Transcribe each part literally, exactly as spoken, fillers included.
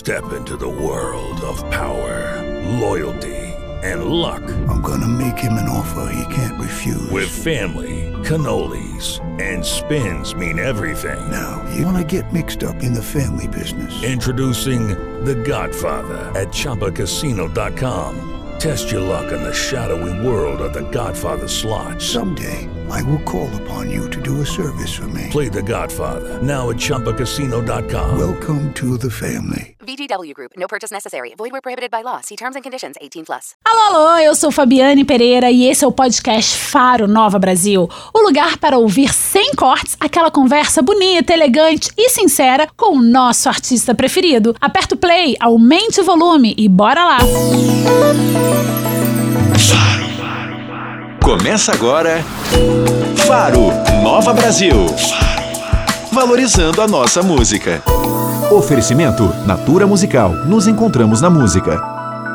Step into the world of power, loyalty, and luck. I'm gonna make him an offer he can't refuse. With family, cannolis, and spins mean everything. Now, you wanna get mixed up in the family business. Introducing The Godfather at Chumba Casino dot com. Test your luck in the shadowy world of The Godfather slot. Someday, I will call upon you to do a service for me. Play The Godfather, now at Chumba Casino dot com. Welcome to the family. V G W Group. No purchase necessary. Void where prohibited by law. See terms and conditions. eighteen plus. Alô, alô, eu sou Fabiane Pereira e esse é o podcast Faro Nova Brasil. O lugar para ouvir sem cortes aquela conversa bonita, elegante e sincera com o nosso artista preferido. Aperta o play, aumente o volume e bora lá. Começa agora Faro Nova Brasil. Valorizando a nossa música. Oferecimento Natura Musical. Nos encontramos na música.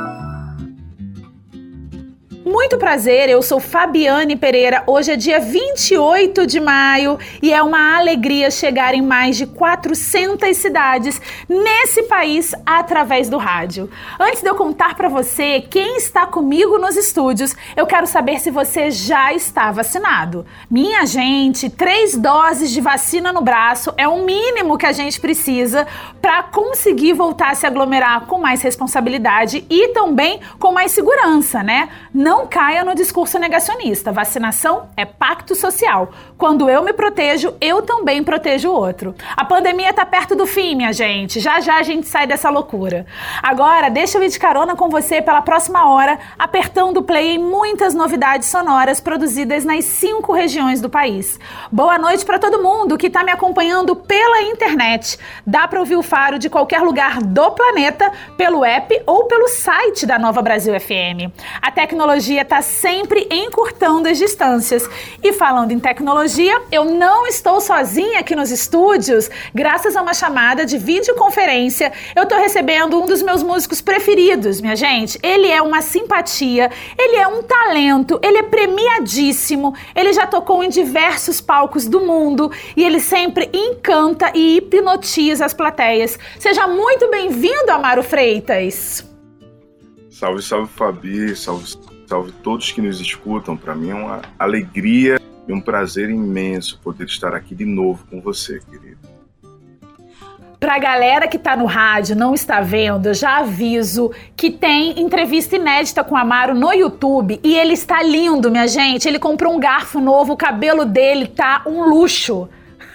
Muito prazer, eu sou Fabiane Pereira. Hoje é dia vinte e oito de maio e é uma alegria chegar em mais de quatrocentas cidades nesse país através do rádio. Antes de eu contar para você quem está comigo nos estúdios, eu quero saber se você já está vacinado. Minha gente, três doses de vacina no braço é o mínimo que a gente precisa para conseguir voltar a se aglomerar com mais responsabilidade e também com mais segurança, né? Não caia no discurso negacionista. Vacinação é pacto social. Quando eu me protejo, eu também protejo o outro. A pandemia tá perto do fim, minha gente. Já já a gente sai dessa loucura. Agora, deixa eu ir de carona com você pela próxima hora, apertando o play em muitas novidades sonoras produzidas nas cinco regiões do país. Boa noite para todo mundo que tá me acompanhando pela internet. Dá para ouvir o Faro de qualquer lugar do planeta, pelo app ou pelo site da Nova Brasil F M. A tecnologia está sempre encurtando as distâncias. E falando em tecnologia, eu não estou sozinha aqui nos estúdios. Graças a uma chamada de videoconferência, eu estou recebendo um dos meus músicos preferidos, minha gente. Ele é uma simpatia, ele é um talento, ele é premiadíssimo, ele já tocou em diversos palcos do mundo e ele sempre encanta e hipnotiza as plateias. Seja muito bem-vindo, Amaro Freitas. Salve, salve, Fabi, salve, salve todos que nos escutam. Para mim é uma alegria e um prazer imenso poder estar aqui de novo com você, querido. Pra galera que tá no rádio, não está vendo, eu já aviso que tem entrevista inédita com o Amaro no YouTube e ele está lindo, minha gente. Ele comprou um garfo novo, o cabelo dele tá um luxo.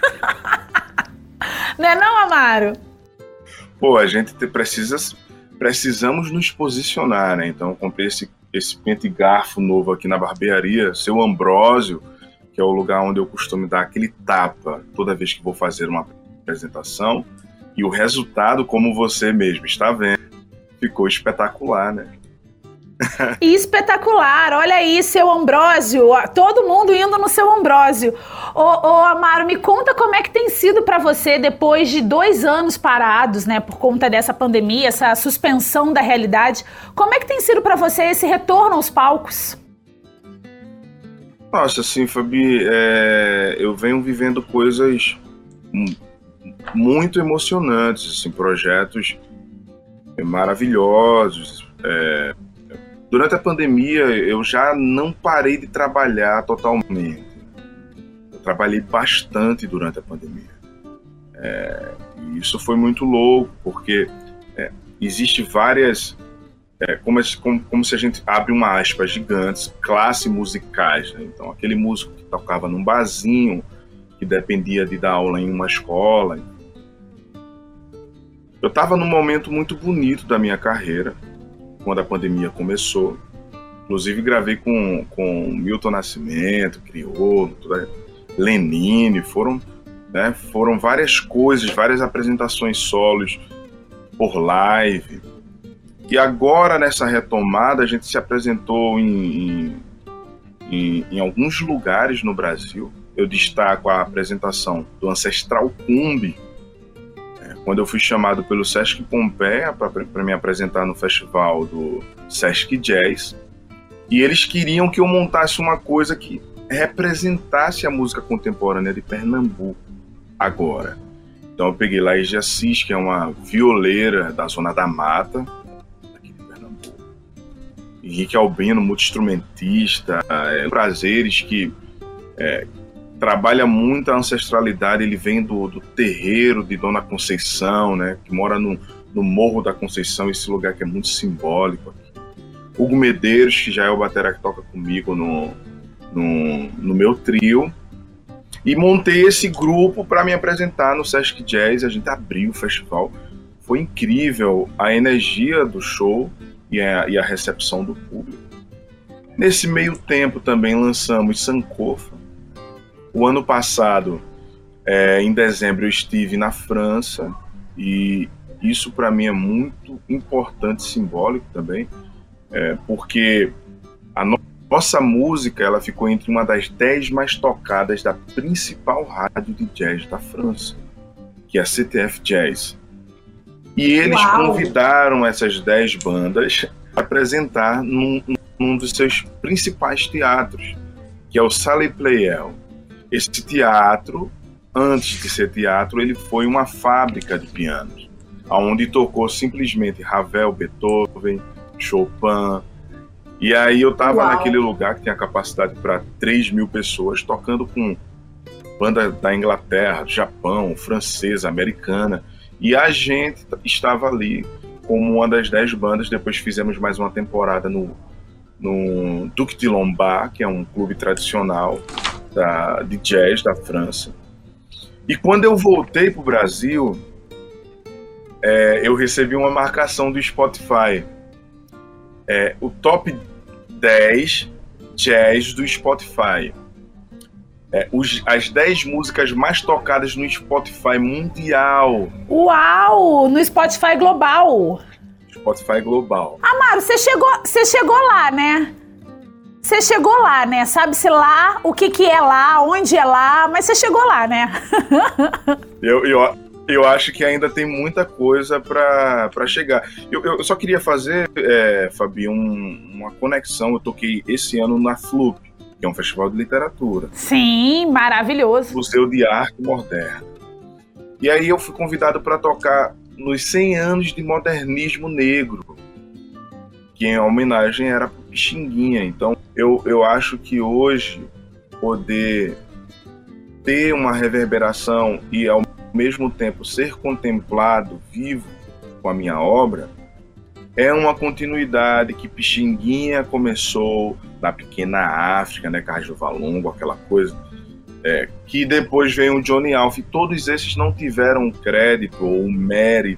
Não é não, Amaro? Pô, a gente precisa... Precisamos nos posicionar, né? Então eu comprei esse, esse pente garfo novo aqui na barbearia, Seu Ambrósio, que é o lugar onde eu costumo dar aquele tapa toda vez que vou fazer uma apresentação. E o resultado, como você mesmo está vendo, ficou espetacular, né? Espetacular, olha aí, Seu Ambrósio, todo mundo indo no Seu Ambrósio. Ô, ô Amaro, me conta como é que tem sido pra você depois de dois anos parados, né, por conta dessa pandemia, essa suspensão da realidade. Como é que tem sido pra você esse retorno aos palcos? Nossa, assim, Fabi, é, eu venho vivendo coisas muito emocionantes, assim, projetos maravilhosos. É, durante a pandemia, eu já não parei de trabalhar totalmente. Eu trabalhei bastante durante a pandemia. É, e isso foi muito louco, porque é, existe várias... É, como, como, como se a gente abre uma aspas gigantes, classe musicais, né? Então, aquele músico que tocava num barzinho, que dependia de dar aula em uma escola. Eu estava num momento muito bonito da minha carreira, quando a pandemia começou. Inclusive, gravei com, com Milton Nascimento, Criolo, toda, Lenine, foram, né, foram várias coisas, várias apresentações solos por live. E agora, nessa retomada, a gente se apresentou em, em, em, em alguns lugares no Brasil. Eu destaco a apresentação do Ancestral Cumbi, é, quando eu fui chamado pelo Sesc Pompeia para me apresentar no festival do Sesc Jazz. E eles queriam que eu montasse uma coisa que representasse a música contemporânea de Pernambuco agora. Então eu peguei Laís Assis, que é uma violeira da Zona da Mata, aqui de Pernambuco. Henrique Albino, multi-instrumentista, é, prazeres que é, trabalha muito a ancestralidade. Ele vem do, do terreiro de Dona Conceição, né, que mora no, no Morro da Conceição, esse lugar que é muito simbólico aqui. Hugo Medeiros, que já é o batera que toca comigo no, no, no meu trio. E montei esse grupo para me apresentar no Sesc Jazz. A gente abriu o festival. Foi incrível a energia do show e a, e a recepção do público. Nesse meio tempo também lançamos Sankofa. O ano passado, é, em dezembro, eu estive na França. E isso para mim é muito importante, simbólico também. É, porque a no- nossa música ela ficou entre uma das dez mais tocadas da principal rádio de jazz da França, que é a C T F Jazz. E eles Uau. convidaram essas dez bandas a apresentar num, num dos seus principais teatros, que é o Salle Pleyel. Esse teatro, antes de ser teatro, ele foi uma fábrica de pianos, onde tocou simplesmente Ravel, Beethoven, Chopin. E aí eu tava Uau. naquele lugar que tem a capacidade para três mil pessoas, tocando com banda da Inglaterra, Japão, francesa, americana. E a gente estava ali como uma das dez bandas. Depois fizemos mais uma temporada no, no Duc de Lombard, que é um clube tradicional da, de jazz da França. E quando eu voltei pro Brasil, é, eu recebi uma marcação do Spotify. É, o top dez jazz do Spotify. É, os, as dez músicas mais tocadas no Spotify mundial. Uau! No Spotify global. Spotify global. Amaro, você chegou, você chegou lá, né? Você chegou lá, né? Sabe-se lá o que, que é lá, onde é lá, mas você chegou lá, né? eu, eu, eu acho que ainda tem muita coisa para chegar. Eu, eu só queria fazer, é, Fabi, um, uma conexão. Eu toquei esse ano na F L U P, que é um festival de literatura. Sim, maravilhoso. Museu de Arte Moderna. E aí eu fui convidado para tocar nos cem anos de modernismo negro, que em homenagem era pro Pixinguinha. Então eu, eu acho que hoje poder ter uma reverberação e ao mesmo tempo ser contemplado vivo com a minha obra é uma continuidade que Pixinguinha começou na pequena África, né, Carlos Valongo, aquela coisa, é, que depois veio o Johnny Alf. Todos esses não tiveram crédito ou mérito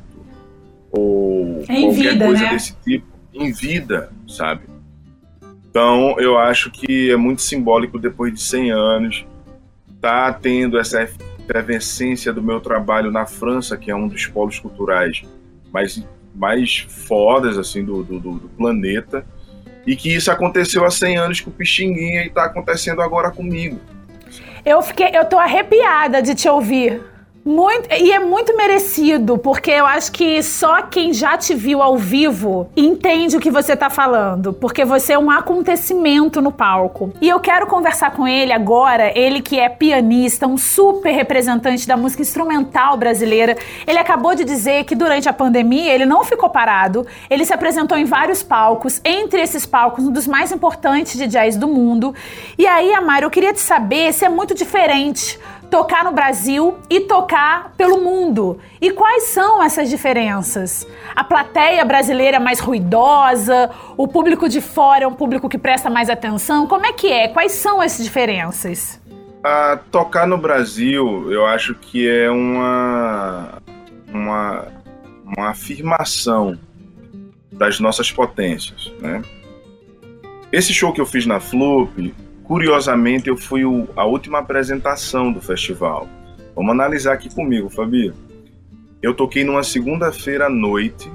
ou em qualquer vida, coisa né? desse tipo em vida, sabe? Então eu acho que é muito simbólico, depois de cem anos, tá tendo essa efervescência do meu trabalho na França, que é um dos polos culturais mais, mais fodas assim, do, do, do planeta, e que isso aconteceu há cem anos com o Pixinguinha e está acontecendo agora comigo. Eu, fiquei, eu tô arrepiada de te ouvir. Muito, e é muito merecido, porque eu acho que só quem já te viu ao vivo entende o que você tá falando, porque você é um acontecimento no palco. E eu quero conversar com ele agora, ele que é pianista, um super representante da música instrumental brasileira. Ele acabou de dizer que durante a pandemia ele não ficou parado, ele se apresentou em vários palcos, entre esses palcos um dos mais importantes de jazz do mundo. E aí, Amaro, eu queria te saber se é muito diferente tocar no Brasil e tocar pelo mundo. E quais são essas diferenças? A plateia brasileira é mais ruidosa? O público de fora é um público que presta mais atenção? Como é que é? Quais são essas diferenças? A tocar no Brasil, eu acho que é uma, uma, uma afirmação das nossas potências, né? Esse show que eu fiz na F L U P, curiosamente, eu fui o, a última apresentação do festival. Vamos analisar aqui comigo, Fabi. Eu toquei numa segunda-feira à noite,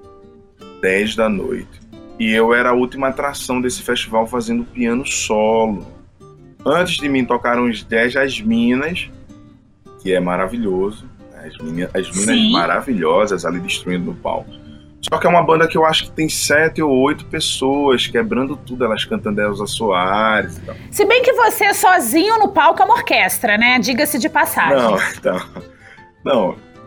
dez da noite. E eu era a última atração desse festival fazendo piano solo. Antes de mim tocaram os dez As Minas, que é maravilhoso. As, minha, as Minas Sim. maravilhosas ali destruindo no palco. Só que é uma banda que eu acho que tem sete ou oito pessoas quebrando tudo, elas cantando Elza Soares e tal. Se bem que você sozinho no palco é uma orquestra, né? Diga-se de passagem. Não, então, não,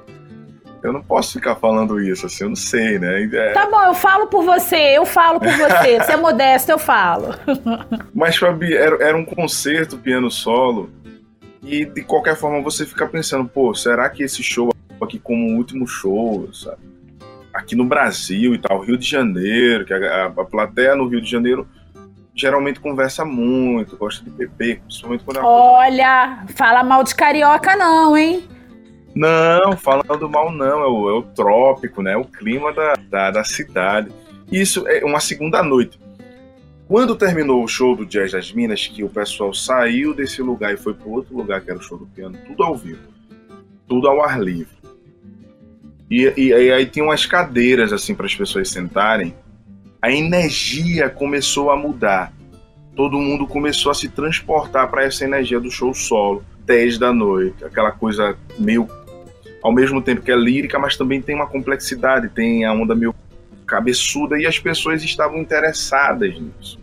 eu não posso ficar falando isso, assim, eu não sei, né? É... Tá bom, eu falo por você, eu falo por você. Você é modesto, eu falo. Mas, Fabi, era, era um concerto piano solo e, de qualquer forma, você fica pensando, pô, será que esse show aqui como o último show, sabe? Aqui no Brasil e tal, Rio de Janeiro, que a, a, a plateia no Rio de Janeiro geralmente conversa muito, gosta de beber, principalmente quando é uma Olha, coisa... fala mal de carioca não, hein? Não, falando mal não, é o, é o trópico, né? O clima da, da, da cidade. Isso é uma segunda noite. Quando terminou o show do Jazz das Minas, que o pessoal saiu desse lugar e foi para outro lugar, que era o show do piano, tudo ao vivo, tudo ao ar livre. E, e, e aí tinha umas cadeiras assim para as pessoas sentarem. A energia começou a mudar. Todo mundo começou a se transportar para essa energia do show solo, dez da noite, aquela coisa meio, ao mesmo tempo que é lírica, mas também tem uma complexidade, tem a onda meio cabeçuda, e as pessoas estavam interessadas nisso.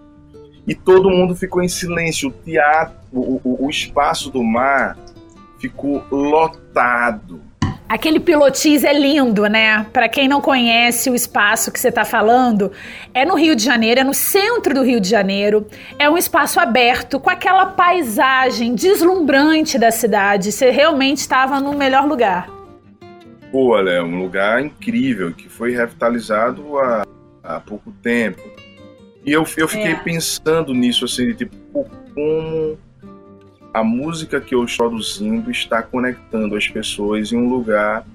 E todo mundo ficou em silêncio. O teatro, o, o, o espaço do mar ficou lotado. Aquele pilotis é lindo, né? Para quem não conhece o espaço que você está falando, é no Rio de Janeiro, é no centro do Rio de Janeiro. É um espaço aberto, com aquela paisagem deslumbrante da cidade. Você realmente estava no melhor lugar. Pô, olha, é um lugar incrível, que foi revitalizado há, há pouco tempo. E eu, eu fiquei é. pensando nisso, assim, de tipo, como a música que eu estou produzindo está conectando as pessoas em um lugar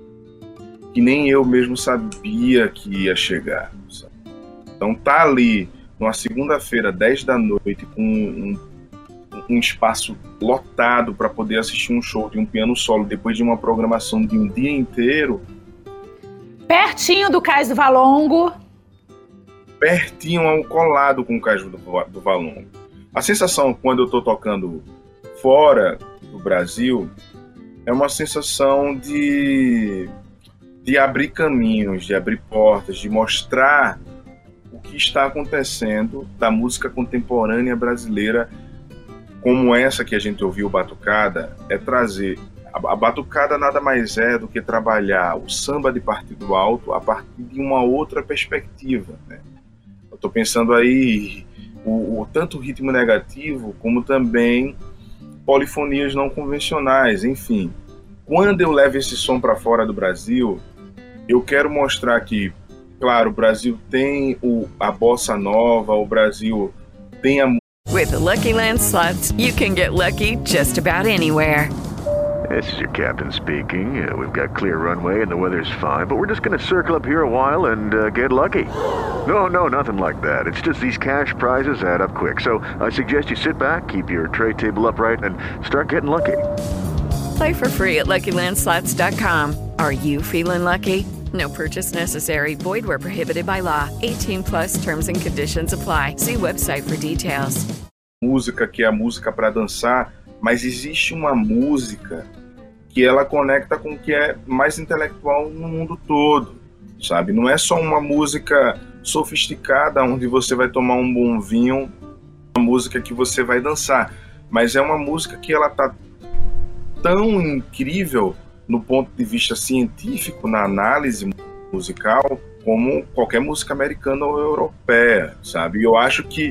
que nem eu mesmo sabia que ia chegar. Sabe? Então tá ali, numa segunda-feira, dez da noite, com um, um espaço lotado para poder assistir um show de um piano solo depois de uma programação de um dia inteiro. Pertinho do Cais do Valongo. Pertinho, ao colado com o Cais do, do Valongo. A sensação quando eu estou tocando fora do Brasil é uma sensação de, de abrir caminhos, de abrir portas, de mostrar o que está acontecendo da música contemporânea brasileira, como essa que a gente ouviu, Batucada, é trazer. A, a Batucada nada mais é do que trabalhar o samba de partido alto a partir de uma outra perspectiva, né? Eu estou pensando aí o, o tanto ritmo negativo como também polifonias não convencionais, enfim. Quando eu levo esse som para fora do Brasil, eu quero mostrar que, claro, o Brasil tem o, a bossa nova, o Brasil tem a... With the Lucky Land Slots, you can get lucky just about anywhere. This is your captain speaking. Uh, we've got clear runway and the weather's fine, but we're just going to circle up here a while and uh, get lucky. No, no, nothing like that. It's just these cash prizes add up quick. So I suggest you sit back, keep your tray table upright, and start getting lucky. Play for free at Lucky Land Slots dot com. Are you feeling lucky? No purchase necessary. Void where prohibited by law. eighteen plus terms and conditions apply. See website for details. Música que é a música para dançar, mas existe uma música que ela conecta com o que é mais intelectual no mundo todo, sabe? Não é só uma música sofisticada onde você vai tomar um bom vinho, uma música que você vai dançar, mas é uma música que ela tá tão incrível no ponto de vista científico, na análise musical, como qualquer música americana ou europeia, sabe? E eu acho que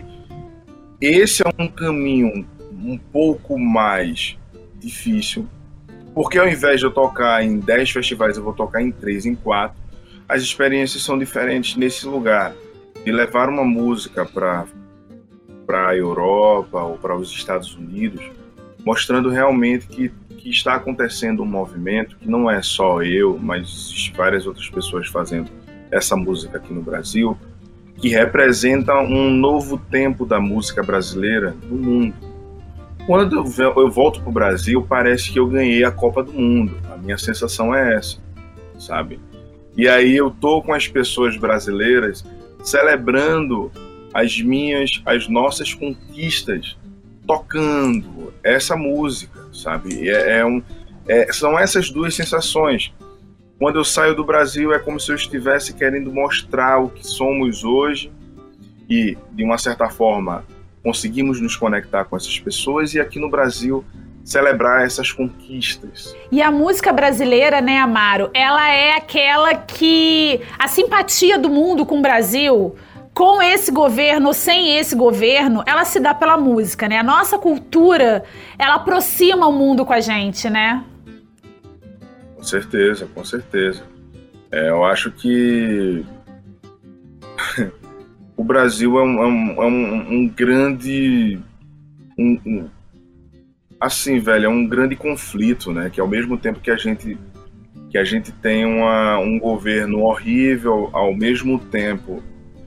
esse é um caminho um pouco mais difícil, porque ao invés de eu tocar em dez festivais, eu vou tocar em três, em quatro. As experiências são diferentes nesse lugar. E levar uma música para para a Europa ou para os Estados Unidos, mostrando realmente que, que está acontecendo um movimento, que não é só eu, mas várias outras pessoas fazendo essa música aqui no Brasil, que representa um novo tempo da música brasileira no mundo. Quando eu volto para o Brasil, parece que eu ganhei a Copa do Mundo. A minha sensação é essa, sabe? E aí eu tô com as pessoas brasileiras celebrando as minhas, as nossas conquistas, tocando essa música, sabe? É, é um, é, são essas duas sensações. Quando eu saio do Brasil, é como se eu estivesse querendo mostrar o que somos hoje e, de uma certa forma, conseguimos nos conectar com essas pessoas, e aqui no Brasil celebrar essas conquistas. E a música brasileira, né, Amaro, ela é aquela que a simpatia do mundo com o Brasil, com esse governo ou sem esse governo, ela se dá pela música, né? A nossa cultura, ela aproxima o mundo com a gente, né? Com certeza, com certeza. É, eu acho que o Brasil é um, é um, é um, um grande... Um, um, assim, velho, é um grande conflito, né? Que ao mesmo tempo que a gente, que a gente tem uma, um governo horrível, ao mesmo tempo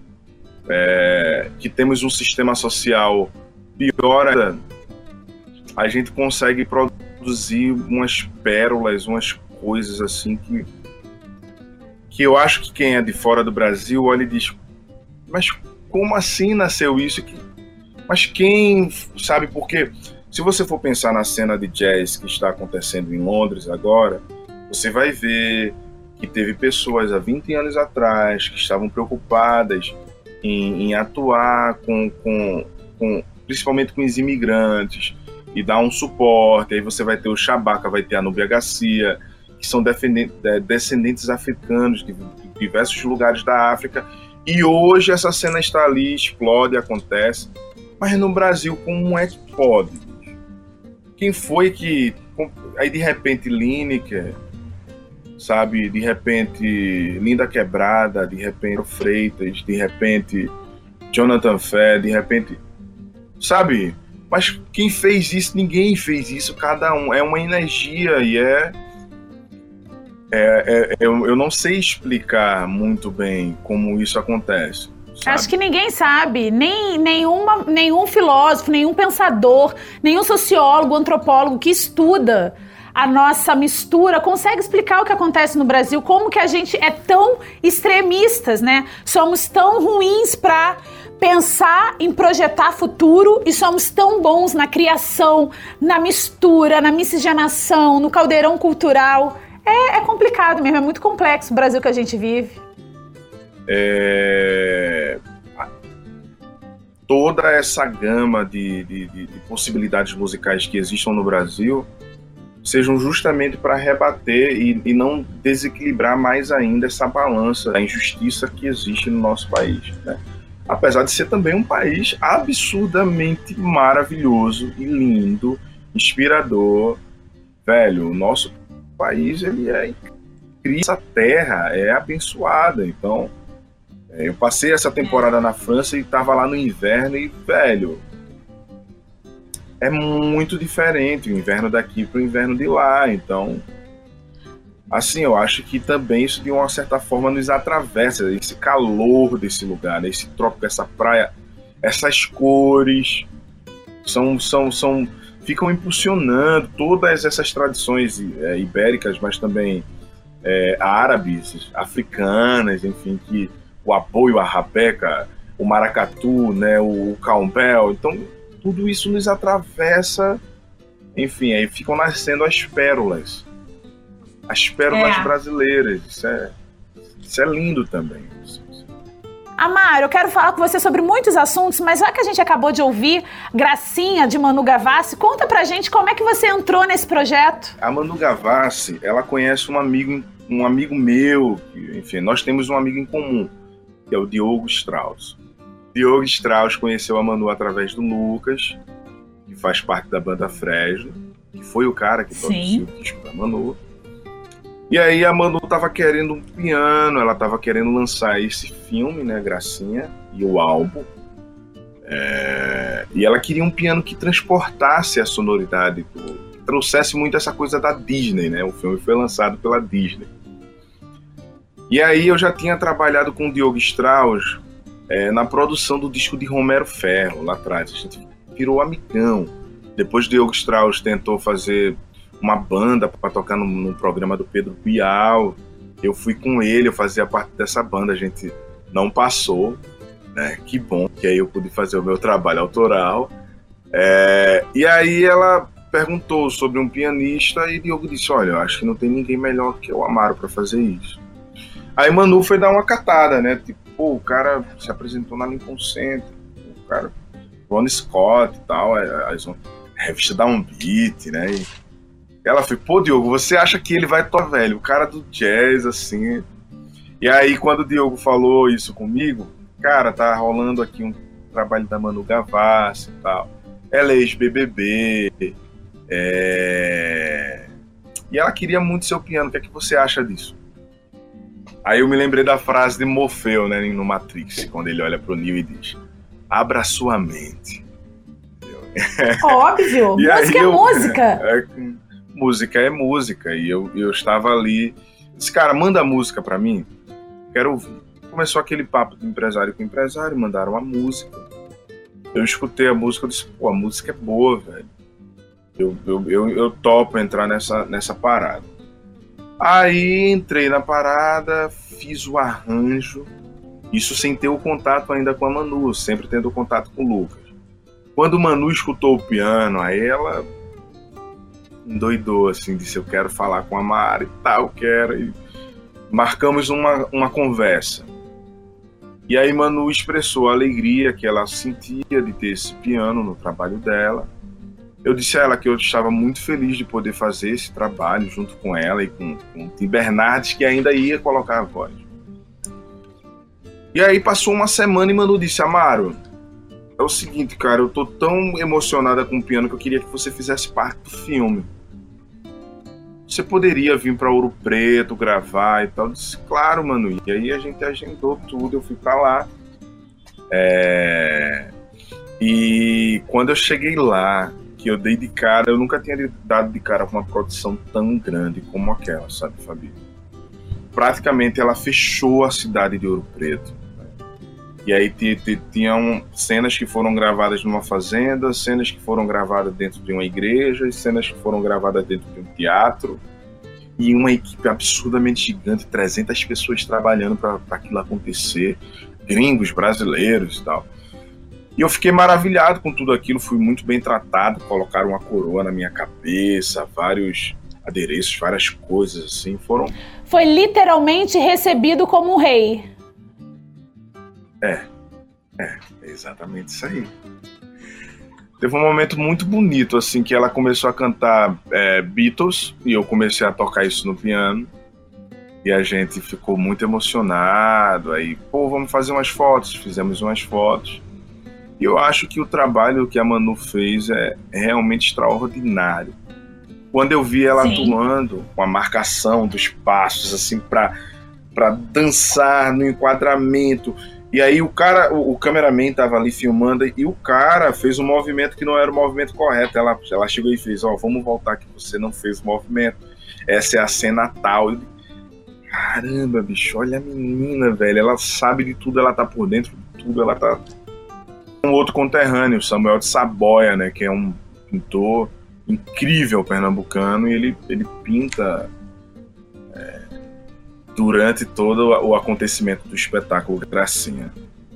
é, que temos um sistema social pior ainda, a gente consegue produzir umas pérolas, umas coisas assim que, que eu acho que quem é de fora do Brasil olha e diz, mas como assim nasceu isso? Mas quem sabe por quê? Se você for pensar na cena de jazz que está acontecendo em Londres agora, você vai ver que teve pessoas há vinte anos atrás que estavam preocupadas em, em atuar com, com, com, principalmente com os imigrantes, e dar um suporte. Aí você vai ter o Chewbacca, vai ter a Nubia Garcia, que são descendentes africanos de diversos lugares da África, e hoje essa cena está ali, explode, acontece. Mas no Brasil, como é que pode? Quem foi que... Aí de repente Lineker, sabe? De repente Linda Quebrada, de repente Freitas, de repente Jonathan Fé, de repente... Sabe? Mas quem fez isso? Ninguém fez isso, cada um. É uma energia e é... é, é eu, eu não sei explicar muito bem como isso acontece. Sabe? Acho que ninguém sabe, nem nenhuma, nenhum filósofo, nenhum pensador, nenhum sociólogo, antropólogo que estuda a nossa mistura consegue explicar o que acontece no Brasil, como que a gente é tão extremistas, né? Somos tão ruins para pensar em projetar futuro e somos tão bons na criação, na mistura, na miscigenação, no caldeirão cultural. É, é complicado mesmo, é muito complexo o Brasil que a gente vive. É... Toda essa gama de, de, de, de possibilidades musicais que existam no Brasil sejam justamente para rebater e, e não desequilibrar mais ainda essa balança da injustiça que existe no nosso país, né? Apesar de ser também um país absurdamente maravilhoso e lindo, inspirador. Velho, o nosso país ele é incrível, essa terra é abençoada. Então, eu passei essa temporada na França e estava lá no inverno e, velho, é muito diferente o inverno daqui para o inverno de lá. Então, assim, eu acho que também isso de uma certa forma nos atravessa, esse calor desse lugar, né? Esse trópico, essa praia, essas cores são, são, são, ficam impulsionando todas essas tradições é, ibéricas, mas também é, árabes, africanas, enfim, que o apoio, a rabeca, o maracatu, né, o cowbell, então tudo isso nos atravessa, enfim, aí ficam nascendo as pérolas, as pérolas é. brasileiras, isso é, isso é lindo também. Amaro, eu quero falar com você sobre muitos assuntos, mas já que a gente acabou de ouvir Gracinha, de Manu Gavassi, conta pra gente como é que você entrou nesse projeto. A Manu Gavassi, ela conhece um amigo, um amigo meu, que, enfim, nós temos um amigo em comum, que é o Diogo Strauss. Diogo Strauss conheceu a Manu através do Lucas, que faz parte da banda Fresno, que foi o cara que produziu o disco da Manu. E aí a Manu tava querendo um piano, ela tava querendo lançar esse filme, né, Gracinha, e o álbum. É... E ela queria um piano que transportasse a sonoridade, do... que trouxesse muito essa coisa da Disney, né? O filme foi lançado pela Disney. E aí eu já tinha trabalhado com o Diogo Strauss é, na produção do disco de Romero Ferro, lá atrás. A gente virou amigão. Depois o Diogo Strauss tentou fazer uma banda para tocar no, no programa do Pedro Bial. Eu fui com ele, eu fazia parte dessa banda, a gente não passou, né? Que bom, que aí eu pude fazer o meu trabalho autoral. É, e aí ela perguntou sobre um pianista e Diogo disse, olha, eu acho que não tem ninguém melhor que o Amaro para fazer isso. Aí Manu foi dar uma catada, né? Tipo, pô, o cara se apresentou na Lincoln Center, o cara, Ron Scott e tal, as revista Dá um Beat, né? E ela falou, pô, Diogo, você acha que ele vai tocar, velho? O cara do jazz, assim. E aí, quando o Diogo falou isso comigo, cara, tá rolando aqui um trabalho da Manu Gavassi e tal. Ela é ex-B B B. É... E ela queria muito seu piano. O que é que você acha disso? Aí eu me lembrei da frase de Morfeu, né, no Matrix, quando ele olha pro Neo e diz: abra sua mente. Óbvio, música é eu, música. É, música é música. E eu, eu estava ali, disse, cara, manda a música pra mim, quero ouvir. Começou aquele papo de empresário com empresário, mandaram a música. Eu escutei a música e disse, pô, a música é boa, velho. Eu, eu, eu, eu topo entrar nessa, nessa parada. Aí entrei na parada, fiz o arranjo, isso sem ter o contato ainda com a Manu, sempre tendo o contato com o Lucas. Quando o Manu escutou o piano, aí ela endoidou, assim, disse, eu quero falar com a Mara e tal, quero. E marcamos uma, uma conversa. E aí Manu expressou a alegria que ela sentia de ter esse piano no trabalho dela. Eu disse a ela que eu estava muito feliz de poder fazer esse trabalho junto com ela e com, com o Tim Bernardes, que ainda ia colocar a voz. E aí passou uma semana e Manu disse, Amaro, é o seguinte, cara, eu tô tão emocionada com o piano que eu queria que você fizesse parte do filme. Você poderia vir para Ouro Preto gravar e tal? Eu disse, claro, Manu. E aí a gente agendou tudo, eu fui para lá. É... E quando eu cheguei lá, que eu dei de cara, eu nunca tinha dado de cara com uma produção tão grande como aquela, sabe, Fabi? Praticamente ela fechou a cidade de Ouro Preto. E aí tinham cenas que foram gravadas numa fazenda, cenas que foram gravadas dentro de uma igreja, e cenas que foram gravadas dentro de um teatro, e uma equipe absurdamente gigante, trezentas pessoas trabalhando para aquilo acontecer, gringos, brasileiros e tal. E eu fiquei maravilhado com tudo aquilo, fui muito bem tratado, colocaram uma coroa na minha cabeça, vários adereços, várias coisas assim, foram... Foi literalmente recebido como um rei. É, é, é exatamente isso aí. Teve um momento muito bonito, assim, que ela começou a cantar é, Beatles, e eu comecei a tocar isso no piano, e a gente ficou muito emocionado, aí, pô, vamos fazer umas fotos, fizemos umas fotos, e eu acho que o trabalho que a Manu fez é, é realmente extraordinário. Quando eu vi ela Sim. atuando, com a marcação dos passos, assim, pra, pra dançar no enquadramento... E aí o cara, o, o cameraman tava ali filmando e o cara fez um movimento que não era o movimento correto. Ela, ela chegou e fez, ó, oh, vamos voltar que você não fez o movimento. Essa é a cena tal. Eu, caramba, bicho, olha a menina, velho. Ela sabe de tudo, ela tá por dentro de tudo, ela tá... Um outro conterrâneo, Samuel de Saboia, né, que é um pintor incrível pernambucano, e ele, ele pinta... É, durante todo o acontecimento do espetáculo Gracinha.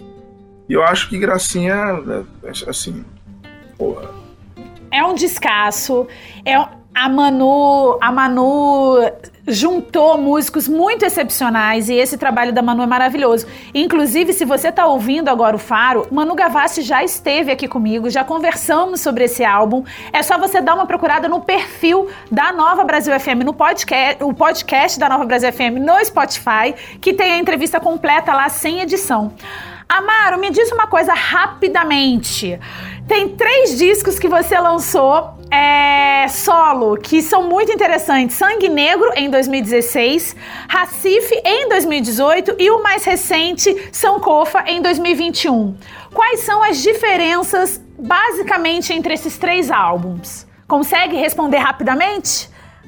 E eu acho que Gracinha, assim, porra... É um descasso, é a Manu, a Manu juntou músicos muito excepcionais e esse trabalho da Manu é maravilhoso. Inclusive, se você está ouvindo agora o Faro, Manu Gavassi já esteve aqui comigo, já conversamos sobre esse álbum. É só você dar uma procurada no perfil da Nova Brasil F M, no podcast, o podcast da Nova Brasil F M no Spotify, que tem a entrevista completa lá, sem edição. Amaro, me diz uma coisa rapidamente. Tem três discos que você lançou é, solo, que são muito interessantes. Sangue Negro, em dois mil e dezesseis, Recife, em dois mil e dezoito e o mais recente, Sankofa, em dois mil e vinte e um. Quais são as diferenças, basicamente, entre esses três álbuns? Consegue responder rapidamente?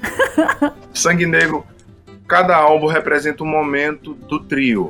Sangue Negro, cada álbum representa um momento do trio,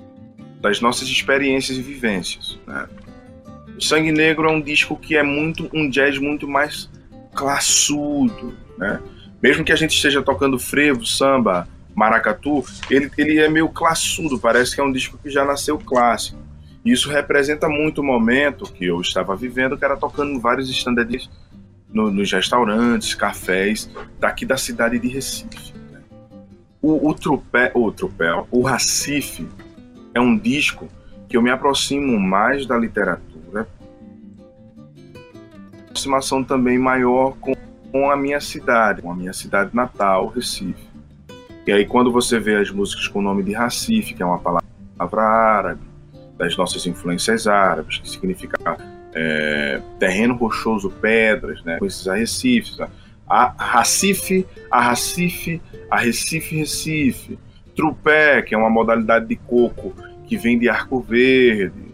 das nossas experiências e vivências, né? O Sangue Negro é um disco que é muito um jazz muito mais classudo, né? Mesmo que a gente esteja tocando frevo, samba, maracatu, ele, ele é meio classudo, parece que é um disco que já nasceu clássico. E isso representa muito o momento que eu estava vivendo, que era tocando em vários standards no, nos restaurantes, cafés, daqui da cidade de Recife, né? O, o, trupe, o Trupel, o Recife, é um disco que eu me aproximo mais da literatura, aproximação também maior com, com a minha cidade, com a minha cidade natal, Recife. E aí quando você vê as músicas com o nome de Recife, que é uma palavra árabe, das nossas influências árabes, que significa é, terreno rochoso, pedras, né, com esses arrecifes, a Recife, a Recife, a Recife, Recife, trupé, que é uma modalidade de coco que vem de Arco Verde,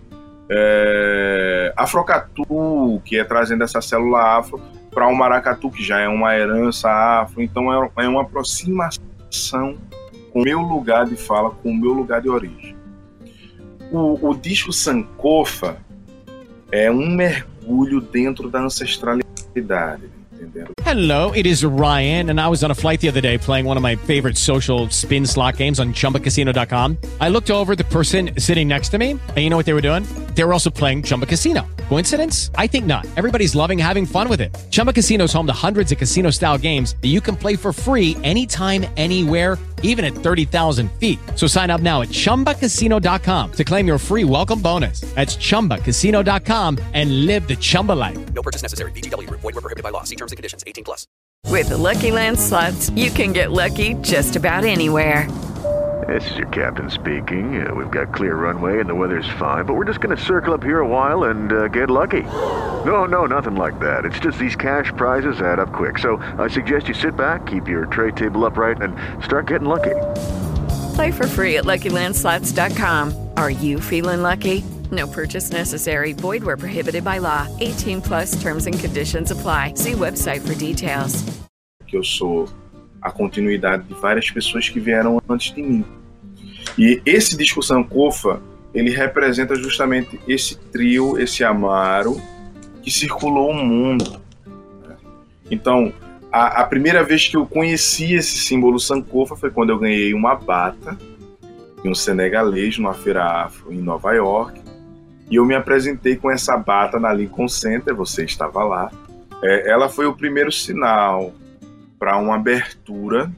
é, afrocatu, que é trazendo essa célula afro para o maracatu, que já é uma herança afro. Então é, é uma aproximação com o meu lugar de fala, com o meu lugar de origem. O, o disco Sankofa é um mergulho dentro da ancestralidade. Hello, it is Ryan, and I was on a flight the other day playing one of my favorite social spin slot games on Chumba Casino dot com. I looked over at the person sitting next to me, and you know what they were doing? They were also playing Chumba Casino. Coincidence? I think not. Everybody's loving having fun with it. Chumba Casino is home to hundreds of casino-style games that you can play for free anytime, anywhere, even at thirty thousand feet. So sign up now at Chumba Casino dot com to claim your free welcome bonus. That's Chumba Casino dot com and live the Chumba life. No purchase necessary. V G W. Void where prohibited by law. See terms and conditions. eighteen plus. With the Lucky Land Slots, you can get lucky just about anywhere. This is your captain speaking. Uh, we've got clear runway and the weather's fine, but we're just going to circle up here a while and uh, get lucky. No, no, nothing like that. It's just these cash prizes add up quick. So I suggest you sit back, keep your tray table upright, and start getting lucky. Play for free at Lucky Land Slots dot com. Are you feeling lucky? No purchase necessary. Void where prohibited by law. eighteen plus terms and conditions apply. See website for details. Que eu sou a continuidade de várias pessoas que vieram antes de mim. E esse disco Sankofa, ele representa justamente esse trio, esse Amaro, que circulou o mundo. Então, a, a primeira vez que eu conheci esse símbolo Sankofa foi quando eu ganhei uma bata de um senegalês numa feira afro em Nova York. E eu me apresentei com essa bata na Lincoln Center, você estava lá. É, ela foi o primeiro sinal para uma abertura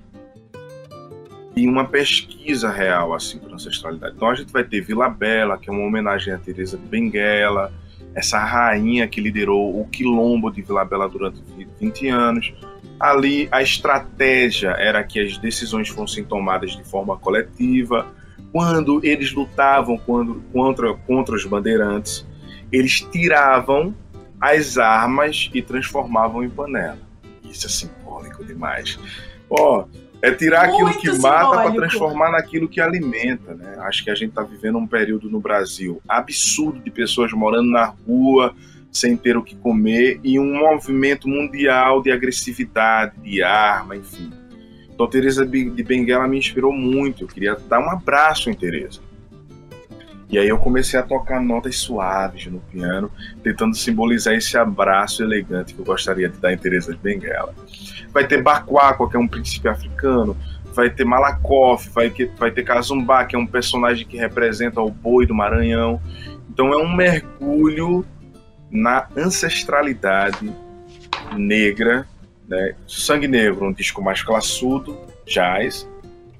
e uma pesquisa real assim, para a ancestralidade. Então a gente vai ter Vila Bela, que é uma homenagem a Teresa de Benguela, essa rainha que liderou o quilombo de Vila Bela durante vinte anos. Ali a estratégia era que as decisões fossem tomadas de forma coletiva. Quando eles lutavam quando, contra, contra os bandeirantes, eles tiravam as armas e transformavam em panela. Isso é simbólico demais. Ó, é tirar Muito aquilo que simbólico. Mata para transformar naquilo que alimenta, né? Acho que a gente está vivendo um período no Brasil absurdo de pessoas morando na rua sem ter o que comer e um movimento mundial de agressividade, de arma, enfim. Então, Teresa de Benguela me inspirou muito. Eu queria dar um abraço em Teresa. E aí eu comecei a tocar notas suaves no piano, tentando simbolizar esse abraço elegante que eu gostaria de dar em Teresa de Benguela. Vai ter Bakwakwa, que é um príncipe africano. Vai ter Malakoff, vai ter, vai ter Kazumbá, que é um personagem que representa o boi do Maranhão. Então é um mergulho na ancestralidade negra, né? Sangue Negro, um disco mais classudo, jazz.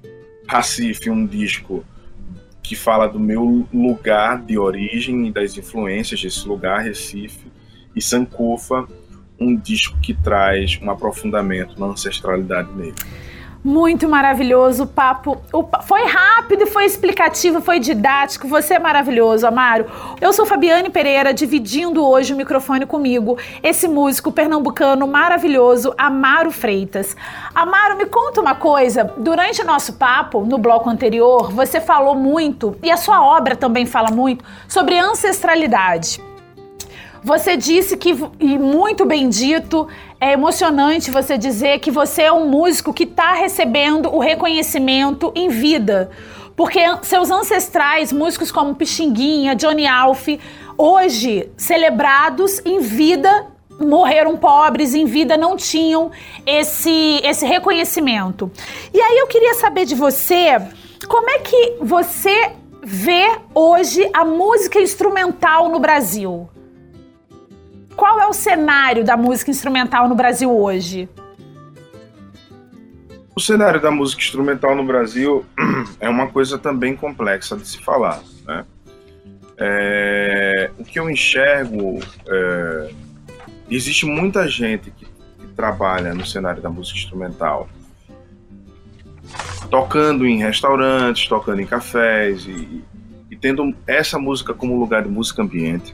Recife, um disco que fala do meu lugar de origem e das influências desse lugar, Recife. E Sankofa, um disco que traz um aprofundamento na ancestralidade negra. Muito maravilhoso o papo. O pa... Foi rápido, foi explicativo, foi didático. Você é maravilhoso, Amaro. Eu sou Fabiane Pereira, dividindo hoje o microfone comigo esse músico pernambucano maravilhoso, Amaro Freitas. Amaro, me conta uma coisa. Durante o nosso papo, no bloco anterior, você falou muito, e a sua obra também fala muito, sobre ancestralidade. Você disse que, e muito bem dito, é emocionante você dizer que você é um músico que está recebendo o reconhecimento em vida. Porque seus ancestrais, músicos como Pixinguinha, Johnny Alf, hoje celebrados em vida, morreram pobres, em vida não tinham esse, esse reconhecimento. E aí eu queria saber de você, como é que você vê hoje a música instrumental no Brasil? Qual é o cenário da música instrumental no Brasil hoje? O cenário da música instrumental no Brasil é uma coisa também complexa de se falar, né? É, o que eu enxergo é, existe muita gente que, que trabalha no cenário da música instrumental, tocando em restaurantes, tocando em cafés e, e tendo essa música como lugar de música ambiente.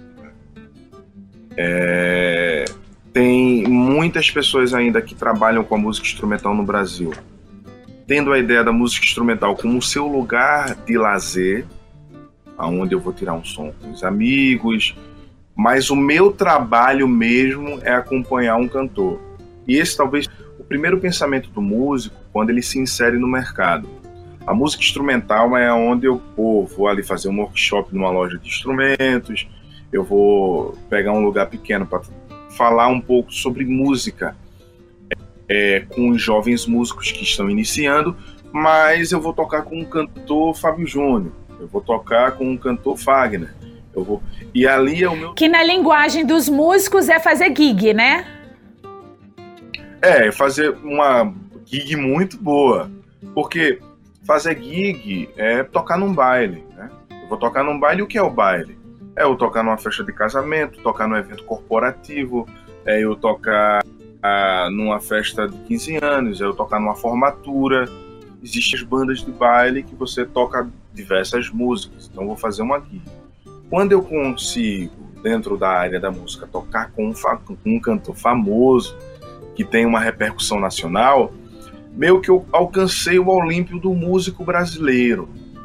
É, tem muitas pessoas ainda que trabalham com a música instrumental no Brasil, tendo a ideia da música instrumental como o seu lugar de lazer, aonde eu vou tirar um som com os amigos, mas o meu trabalho mesmo é acompanhar um cantor. E esse talvez o primeiro pensamento do músico quando ele se insere no mercado. A música instrumental é onde eu pô, vou ali fazer um workshop numa loja de instrumentos, eu vou pegar um lugar pequeno para falar um pouco sobre música é, com os jovens músicos que estão iniciando, mas eu vou tocar com um cantor Fábio Júnior, eu vou tocar com um cantor Fagner, eu vou... e ali é o meu... Que na linguagem dos músicos é fazer gig, né? É, fazer uma gig muito boa, porque fazer gig é tocar num baile, né? Eu vou tocar num baile, o que é o baile? É eu tocar numa festa de casamento, tocar num evento corporativo, é eu tocar ah, numa festa de quinze anos, é eu tocar numa formatura. Existem as bandas de baile que você toca diversas músicas, então eu vou fazer uma gig. Quando eu consigo, dentro da área da música, tocar com um, com um cantor famoso, que tem uma repercussão nacional, meio que eu alcancei o Olímpio do músico brasileiro.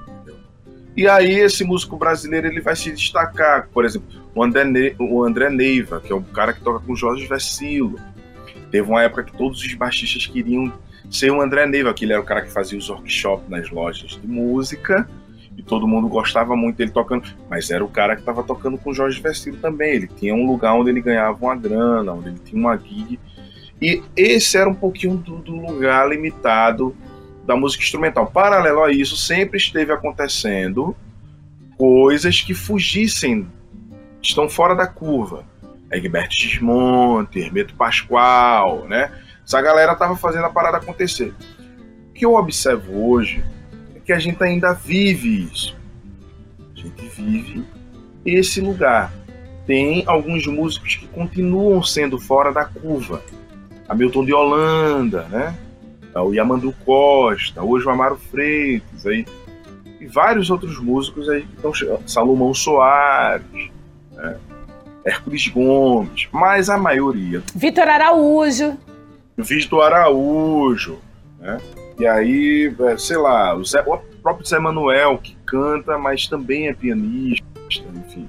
E aí esse músico brasileiro ele vai se destacar, por exemplo, o André, ne- o André Neiva, que é um cara que toca com o Jorge Vecilo. Teve uma época que todos os baixistas queriam ser o André Neiva, que ele era o cara que fazia os workshops nas lojas de música, e todo mundo gostava muito dele tocando, mas era o cara que estava tocando com o Jorge Vecilo também. Ele tinha um lugar onde ele ganhava uma grana, onde ele tinha uma gig, e esse era um pouquinho do, do lugar limitado da música instrumental. Paralelo a isso, sempre esteve acontecendo coisas que fugissem, estão fora da curva. Egberto Gismonti, Hermeto Pascoal, né? Essa galera estava fazendo a parada acontecer. O que eu observo hoje é que a gente ainda vive isso. A gente vive esse lugar. Tem alguns músicos que continuam sendo fora da curva. Hamilton de Holanda, né? O Yamandu Costa, hoje o Amaro Freitas, aí, e vários outros músicos aí que estão chegando, Salomão Soares, né? Hércules Gomes, mas a maioria... Vitor Araújo. Vitor Araújo, né? E aí, sei lá, o, Zé, o próprio Zé Manuel, que canta, mas também é pianista, enfim.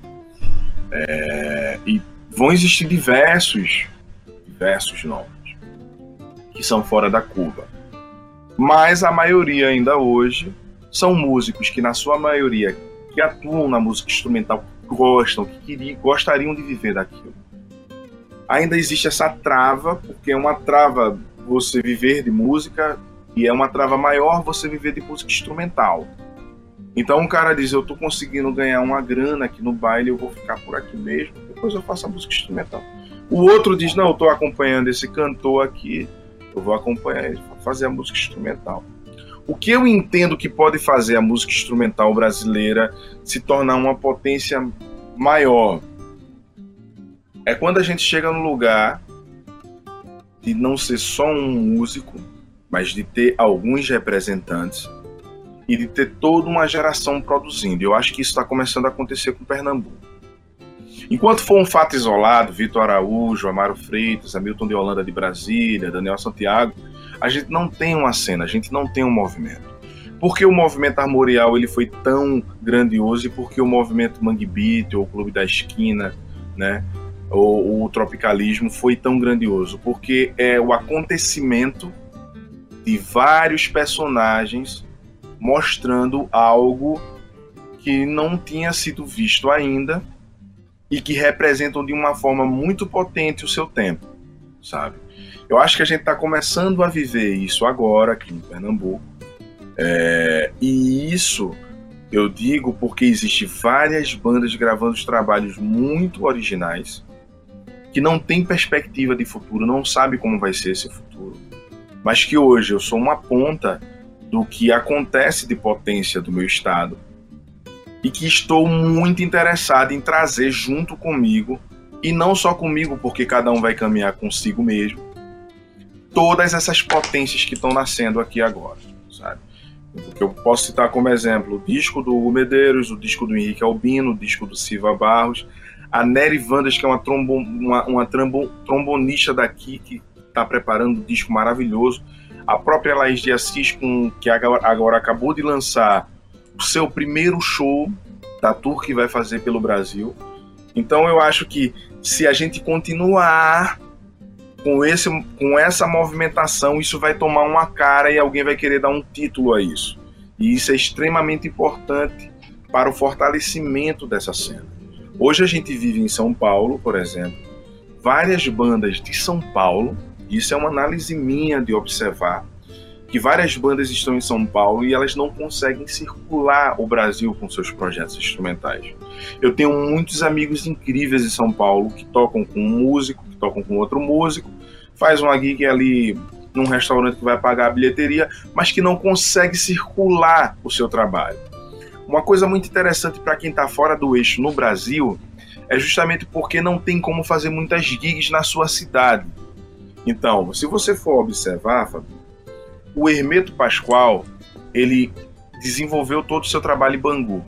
É, e vão existir diversos, diversos nomes que são fora da curva. Mas a maioria ainda hoje são músicos que, na sua maioria, que atuam na música instrumental, gostam, que queriam, gostariam de viver daquilo. Ainda existe essa trava, porque é uma trava você viver de música e é uma trava maior você viver de música instrumental. Então um cara diz, eu tô conseguindo ganhar uma grana aqui no baile, eu vou ficar por aqui mesmo, depois eu faço a música instrumental. O outro diz, não, eu tô acompanhando esse cantor aqui, eu vou acompanhar ele, fazer a música instrumental. O que eu entendo que pode fazer a música instrumental brasileira se tornar uma potência maior é quando a gente chega no lugar de não ser só um músico, mas de ter alguns representantes e de ter toda uma geração produzindo. Eu acho que isso está começando a acontecer com Pernambuco. Enquanto for um fato isolado, Vitor Araújo, Amaro Freitas, Hamilton de Holanda de Brasília, Daniel Santiago, a gente não tem uma cena, a gente não tem um movimento. Por que o movimento armorial ele foi tão grandioso e por que o movimento Mangue Beat ou o Clube da Esquina, né, ou o tropicalismo foi tão grandioso? Porque é o acontecimento de vários personagens mostrando algo que não tinha sido visto ainda e que representam de uma forma muito potente o seu tempo, sabe? Eu acho que a gente está começando a viver isso agora aqui em Pernambuco, é, e isso eu digo porque existem várias bandas gravando trabalhos muito originais que não tem perspectiva de futuro, não sabe como vai ser esse futuro, mas que hoje eu sou uma ponta do que acontece de potência do meu estado e que estou muito interessado em trazer junto comigo e não só comigo, porque cada um vai caminhar consigo mesmo, todas essas potências que estão nascendo aqui agora, sabe? Porque eu posso citar como exemplo o disco do Hugo Medeiros, o disco do Henrique Albino, o disco do Silva Barros, a Nery Vandas, que é uma, trombo, uma, uma trombo, trombonista daqui, que está preparando um disco maravilhoso, a própria Laís de Assis, com, que agora, agora acabou de lançar o seu primeiro show da tour que vai fazer pelo Brasil. Então eu acho que se a gente continuar com, esse, com essa movimentação, isso vai tomar uma cara e alguém vai querer dar um título a isso. E isso é extremamente importante para o fortalecimento dessa cena. Hoje a gente vive em São Paulo, por exemplo, várias bandas de São Paulo, isso é uma análise minha de observar, que várias bandas estão em São Paulo e elas não conseguem circular o Brasil com seus projetos instrumentais. Eu tenho muitos amigos incríveis em São Paulo que tocam com um músico, que tocam com outro músico, faz uma gig ali num restaurante que vai pagar a bilheteria, mas que não consegue circular o seu trabalho. Uma coisa muito interessante para quem está fora do eixo no Brasil é justamente porque não tem como fazer muitas gigs na sua cidade. Então, se você for observar, Fábio, o Hermeto Pascoal, ele desenvolveu todo o seu trabalho em Bangu.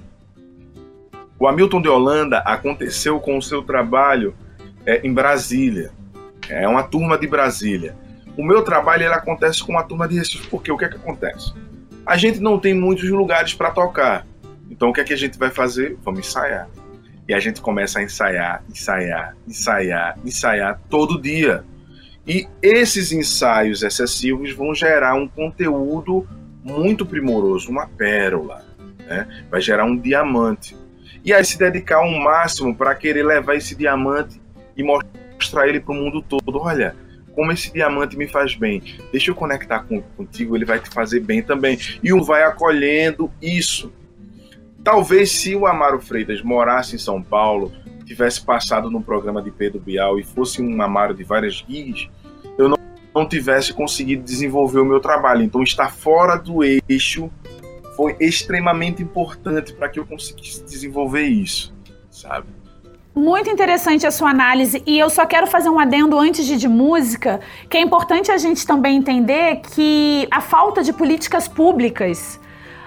O Hamilton de Holanda aconteceu com o seu trabalho é, em Brasília. É uma turma de Brasília. O meu trabalho ele acontece com uma turma de Recife, porque o que é que acontece? A gente não tem muitos lugares para tocar. Então o que é que a gente vai fazer? Vamos ensaiar. E a gente começa a ensaiar, ensaiar, ensaiar, ensaiar todo dia. E esses ensaios excessivos vão gerar um conteúdo muito primoroso, uma pérola, né? Vai gerar um diamante. E aí se dedicar ao máximo para querer levar esse diamante e mostrar ele para o mundo todo. Olha, como esse diamante me faz bem. Deixa eu conectar com, contigo, ele vai te fazer bem também. E um vai acolhendo isso. Talvez se o Amaro Freitas morasse em São Paulo, tivesse passado no programa de Pedro Bial e fosse um Amaro de várias gigs, eu não, não tivesse conseguido desenvolver o meu trabalho. Então estar fora do eixo foi extremamente importante para que eu conseguisse desenvolver isso, sabe? Muito interessante a sua análise, e eu só quero fazer um adendo antes de, de música, que é importante a gente também entender que a falta de políticas públicas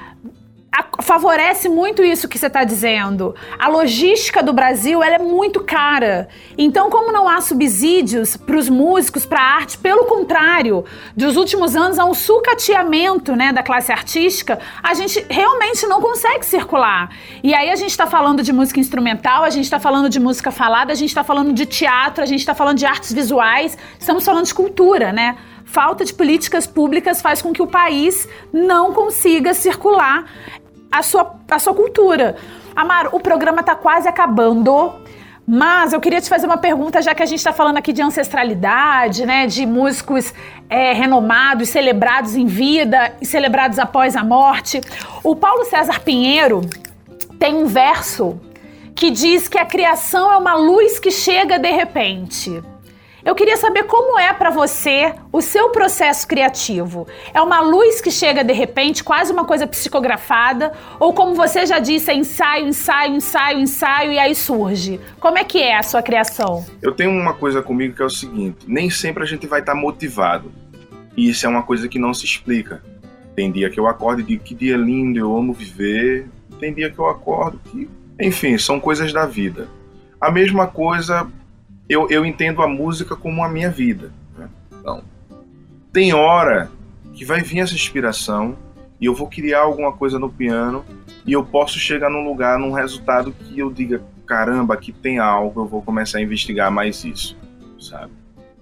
A, favorece muito isso que você está dizendo. A logística do Brasil ela é muito cara. Então, como não há subsídios para os músicos, para a arte, pelo contrário, dos últimos anos há um sucateamento, né, da classe artística, a gente realmente não consegue circular. E aí a gente está falando de música instrumental, a gente está falando de música falada, a gente está falando de teatro, a gente está falando de artes visuais, estamos falando de cultura, né? Falta de políticas públicas faz com que o país não consiga circular a sua, a sua cultura. Amaro, o programa está quase acabando, mas eu queria te fazer uma pergunta, já que a gente está falando aqui de ancestralidade, né, de músicos é, renomados, celebrados em vida e celebrados após a morte. O Paulo César Pinheiro tem um verso que diz que a criação é uma luz que chega de repente. Eu queria saber como é para você o seu processo criativo. É uma luz que chega de repente, quase uma coisa psicografada, ou como você já disse, é ensaio, ensaio, ensaio, ensaio e aí surge? Como é que é a sua criação? Eu tenho uma coisa comigo que é o seguinte, nem sempre a gente vai estar motivado. E isso é uma coisa que não se explica. Tem dia que eu acordo e digo que dia lindo, eu amo viver. Tem dia que eu acordo que... Enfim, são coisas da vida. A mesma coisa... Eu, eu entendo a música como a minha vida, né? Então, tem hora que vai vir essa inspiração e eu vou criar alguma coisa no piano e eu posso chegar num lugar, num resultado que eu diga, caramba, aqui tem algo, eu vou começar a investigar mais isso, sabe?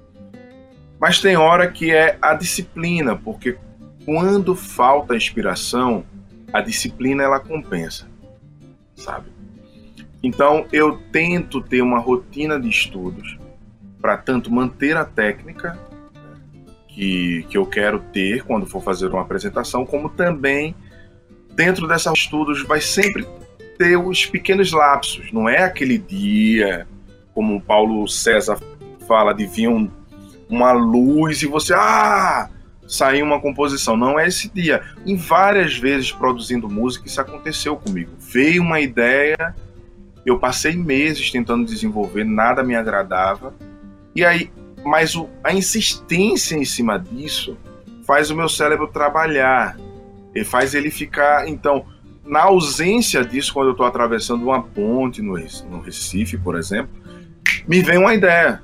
Mas tem hora que é a disciplina, porque quando falta a inspiração, a disciplina ela compensa, sabe? Então, eu tento ter uma rotina de estudos para tanto manter a técnica que, que eu quero ter quando for fazer uma apresentação, como também, dentro desses estudos, vai sempre ter os pequenos lapsos. Não é aquele dia, como o Paulo César fala, de vir um, uma luz e você... ah, saiu uma composição. Não é esse dia. Em várias vezes, produzindo música, isso aconteceu comigo. Veio uma ideia... Eu passei meses tentando desenvolver, nada me agradava. E aí, mas o, a insistência em cima disso faz o meu cérebro trabalhar. E faz ele ficar, então, na ausência disso, quando eu estou atravessando uma ponte no, no Recife, por exemplo, me vem uma ideia.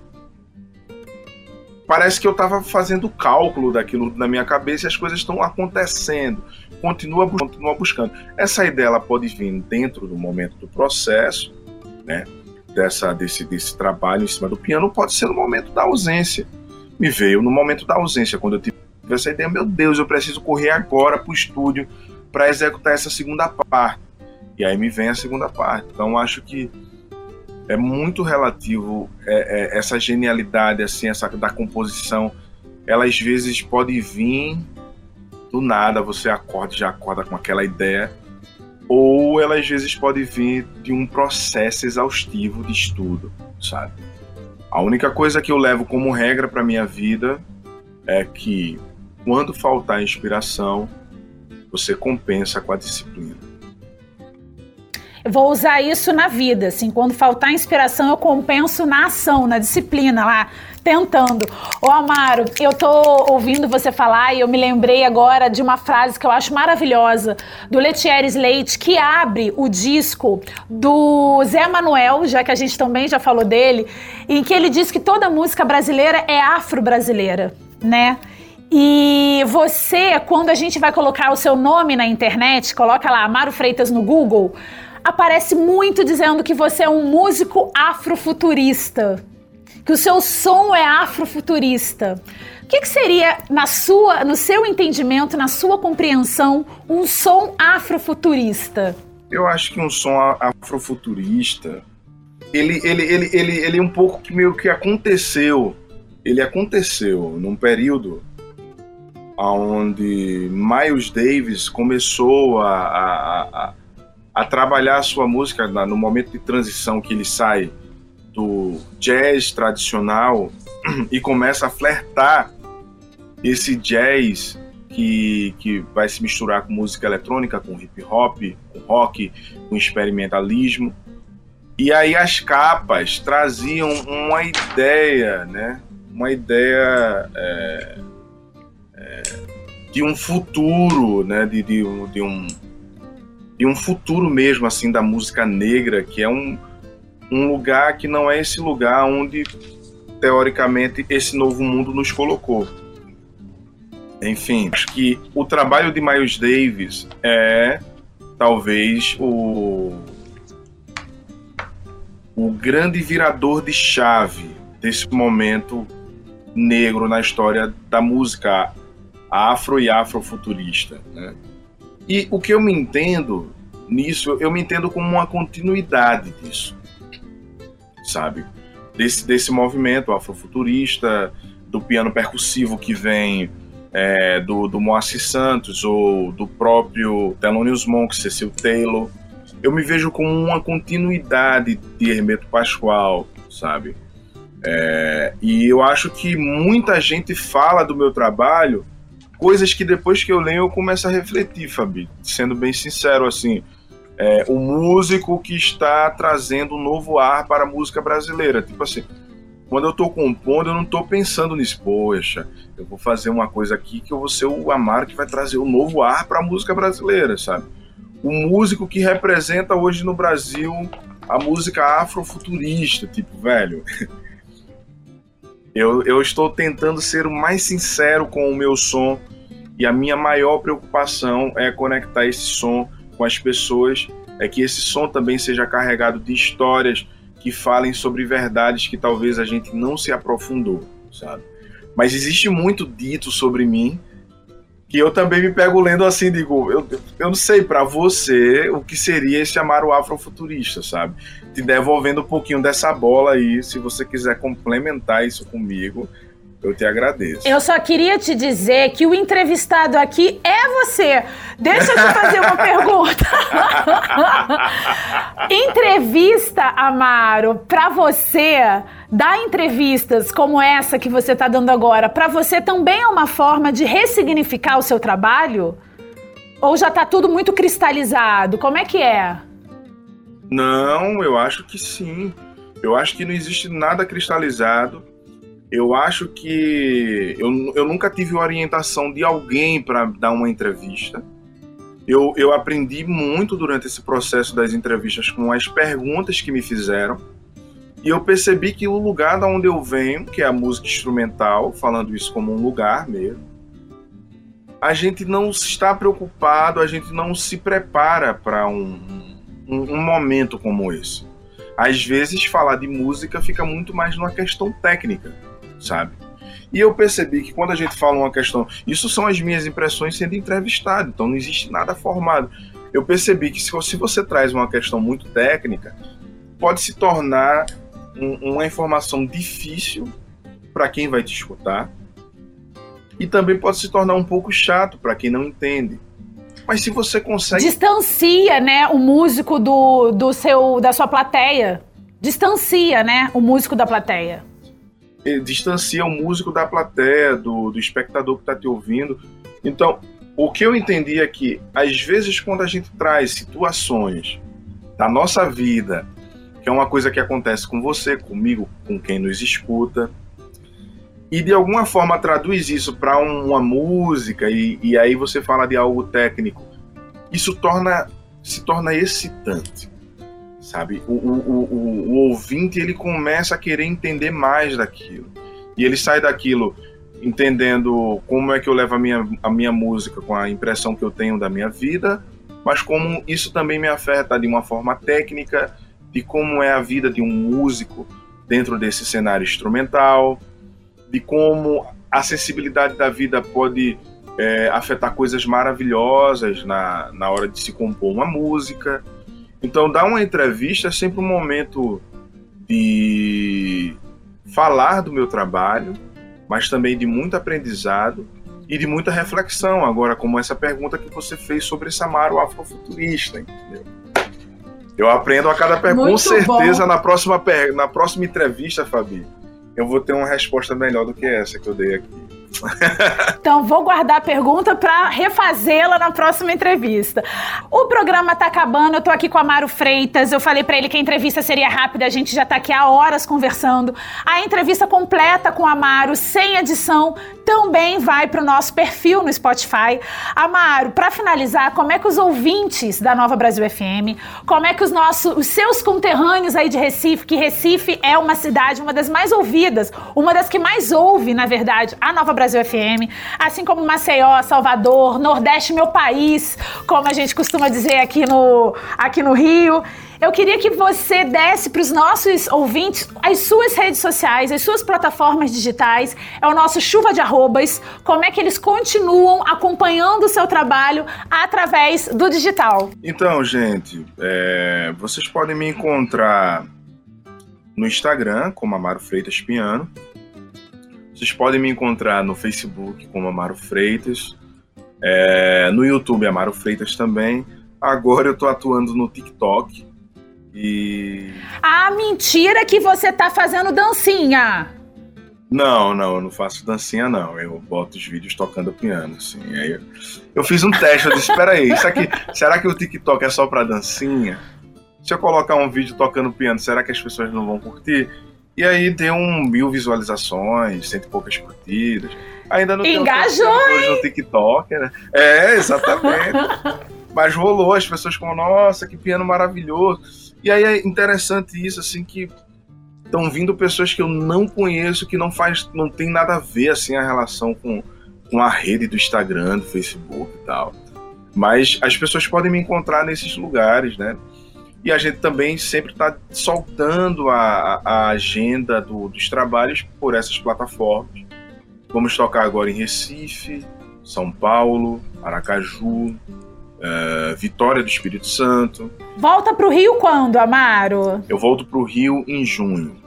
Parece que eu estava fazendo cálculo daquilo na minha cabeça e as coisas estão acontecendo. Continua, continua buscando. Essa ideia ela pode vir dentro do momento do processo, né? Dessa, desse, desse trabalho em cima do piano, pode ser no momento da ausência. Me veio no momento da ausência, quando eu tive essa ideia, meu Deus, eu preciso correr agora para o estúdio para executar essa segunda parte. E aí me vem a segunda parte. Então acho que é muito relativo é, é, essa genialidade assim, essa da composição. Ela às vezes pode vir do nada, você acorda, já acorda com aquela ideia, ou ela às vezes pode vir de um processo exaustivo de estudo, sabe? A única coisa que eu levo como regra para minha vida é que quando faltar inspiração, você compensa com a disciplina. Eu vou usar isso na vida, assim, quando faltar inspiração eu compenso na ação, na disciplina lá, tentando. Ô Amaro, eu tô ouvindo você falar e eu me lembrei agora de uma frase que eu acho maravilhosa, do Letieres Leite, que abre o disco do Zé Manuel, já que a gente também já falou dele, em que ele diz que toda música brasileira é afro-brasileira, né? E você, quando a gente vai colocar o seu nome na internet, coloca lá Amaro Freitas no Google, aparece muito dizendo que você é um músico afrofuturista, que o seu som é afrofuturista. O que, que seria, na sua, no seu entendimento, na sua compreensão, um som afrofuturista? Eu acho que um som afrofuturista, ele, ele, ele, ele, ele um pouco que meio que aconteceu, ele aconteceu num período onde Miles Davis começou a, a, a, a trabalhar a sua música na, no momento de transição que ele sai do jazz tradicional e começa a flertar esse jazz que, que vai se misturar com música eletrônica, com hip hop, com rock, com experimentalismo. E aí as capas traziam uma ideia, né? Uma ideia é, é, de um futuro, né? De, de, de, um, de um futuro mesmo, assim, da música negra, que é um, um lugar que não é esse lugar onde, teoricamente, esse novo mundo nos colocou. Enfim, acho que o trabalho de Miles Davis é, talvez, o, o grande virador de chave desse momento negro na história da música afro e afrofuturista, né? E o que eu me entendo nisso, eu me entendo como uma continuidade disso, sabe? Desse, desse movimento afrofuturista, do piano percussivo que vem é, do, do Moacir Santos ou do próprio Thelonious Monk, Cecil Taylor. Eu me vejo como uma continuidade de Hermeto Pascoal, sabe? É, e eu acho que muita gente fala do meu trabalho, coisas que depois que eu leio eu começo a refletir, Fabi, sendo bem sincero, assim, é, o músico que está trazendo um novo ar para a música brasileira, tipo assim, quando eu estou compondo eu não estou pensando nisso, poxa, eu vou fazer uma coisa aqui que eu vou ser o Amaro que vai trazer um novo ar para a música brasileira, sabe? O músico que representa hoje no Brasil a música afrofuturista, tipo, velho... Eu, eu estou tentando ser o mais sincero com o meu som e a minha maior preocupação é conectar esse som com as pessoas, é que esse som também seja carregado de histórias que falem sobre verdades que talvez a gente não se aprofundou, sabe? Mas existe muito dito sobre mim que eu também me pego lendo assim, digo, eu, eu não sei para você o que seria esse Amaro afrofuturista, sabe? Te devolvendo um pouquinho dessa bola aí, se você quiser complementar isso comigo, eu te agradeço. Eu só queria te dizer que o entrevistado aqui é você. Deixa eu te fazer uma pergunta. Entrevista, Amaro, pra você, dar entrevistas como essa que você tá dando agora, pra você também é uma forma de ressignificar o seu trabalho? Ou já tá tudo muito cristalizado? Como é que é? Não, eu acho que sim. Eu acho que não existe nada cristalizado. Eu acho que eu, eu nunca tive orientação de alguém para dar uma entrevista. Eu, eu aprendi muito durante esse processo das entrevistas com as perguntas que me fizeram. E eu percebi que o lugar da onde eu venho, que é a música instrumental, falando isso como um lugar mesmo, a gente não está preocupado, a gente não se prepara para um, um, um momento como esse. Às vezes, falar de música fica muito mais numa questão técnica, sabe? E eu percebi que quando a gente fala uma questão... Isso são as minhas impressões sendo entrevistado, então não existe nada formado. Eu percebi que se você traz uma questão muito técnica, pode se tornar um, uma informação difícil para quem vai te escutar e também pode se tornar um pouco chato para quem não entende. Mas se você consegue... Distancia, né, o músico do, do seu, da sua plateia. Distancia, né, o músico da plateia. Distancia o músico da plateia, do, do espectador que está te ouvindo. Então, o que eu entendi é que, às vezes, quando a gente traz situações da nossa vida, que é uma coisa que acontece com você, comigo, com quem nos escuta, e de alguma forma traduz isso para um, uma música, e, e aí você fala de algo técnico, isso torna, se torna excitante. Sabe? O, o, o, o ouvinte, ele começa a querer entender mais daquilo. E ele sai daquilo entendendo como é que eu levo a minha, a minha música com a impressão que eu tenho da minha vida, mas como isso também me afeta de uma forma técnica, de como é a vida de um músico dentro desse cenário instrumental, de como a sensibilidade da vida pode é, afetar coisas maravilhosas na, na hora de se compor uma música. Então, dar uma entrevista é sempre um momento de falar do meu trabalho, mas também de muito aprendizado e de muita reflexão. Agora, como essa pergunta que você fez sobre Samara, o afrofuturista, entendeu? Eu aprendo a cada pergunta. Com certeza, na próxima, na próxima entrevista, Fabi, eu vou ter uma resposta melhor do que essa que eu dei aqui. Então vou guardar a pergunta para refazê-la na próxima entrevista. O programa tá acabando, eu tô aqui com o Amaro Freitas. Eu falei para ele que a entrevista seria rápida, a gente já tá aqui há horas conversando. A entrevista completa com o Amaro, sem edição, também vai pro nosso perfil no Spotify. Amaro, para finalizar, como é que os ouvintes da Nova Brasil F M, como é que os nossos, os seus conterrâneos aí de Recife, que Recife é uma cidade, uma das mais ouvidas, uma das que mais ouve, na verdade, a Nova Brasil F M, assim como Maceió, Salvador, Nordeste, meu país, como a gente costuma dizer aqui no, aqui no Rio. Eu queria que você desse para os nossos ouvintes as suas redes sociais, as suas plataformas digitais, é o nosso chuva de arrobas, como é que eles continuam acompanhando o seu trabalho através do digital. Então, gente, é, vocês podem me encontrar no Instagram, como Amaro Freitas Piano. Vocês podem me encontrar no Facebook como Amaro Freitas, é, no YouTube Amaro Freitas também. Agora eu tô atuando no TikTok. E... Ah, mentira que você tá fazendo dancinha! Não, não, eu não faço dancinha não. Eu boto os vídeos tocando piano, assim. Aí eu, eu fiz um teste, eu disse, espera aí, isso aqui, será que o TikTok é só pra dancinha? Se eu colocar um vídeo tocando piano, será que as pessoas não vão curtir? E aí deu um mil visualizações, cento e poucas curtidas. Ainda não engajou, tem no TikTok, né? É, exatamente. Mas rolou, as pessoas falam, nossa, que piano maravilhoso. E aí é interessante isso, assim, que estão vindo pessoas que eu não conheço, que não faz, não tem nada a ver, assim, a relação com, com a rede do Instagram, do Facebook e tal. Mas as pessoas podem me encontrar nesses lugares, né? E a gente também sempre está soltando a, a agenda do, dos trabalhos por essas plataformas. Vamos tocar agora em Recife, São Paulo, Aracaju, uh, Vitória do Espírito Santo. Volta para o Rio quando, Amaro? Eu volto para o Rio em junho.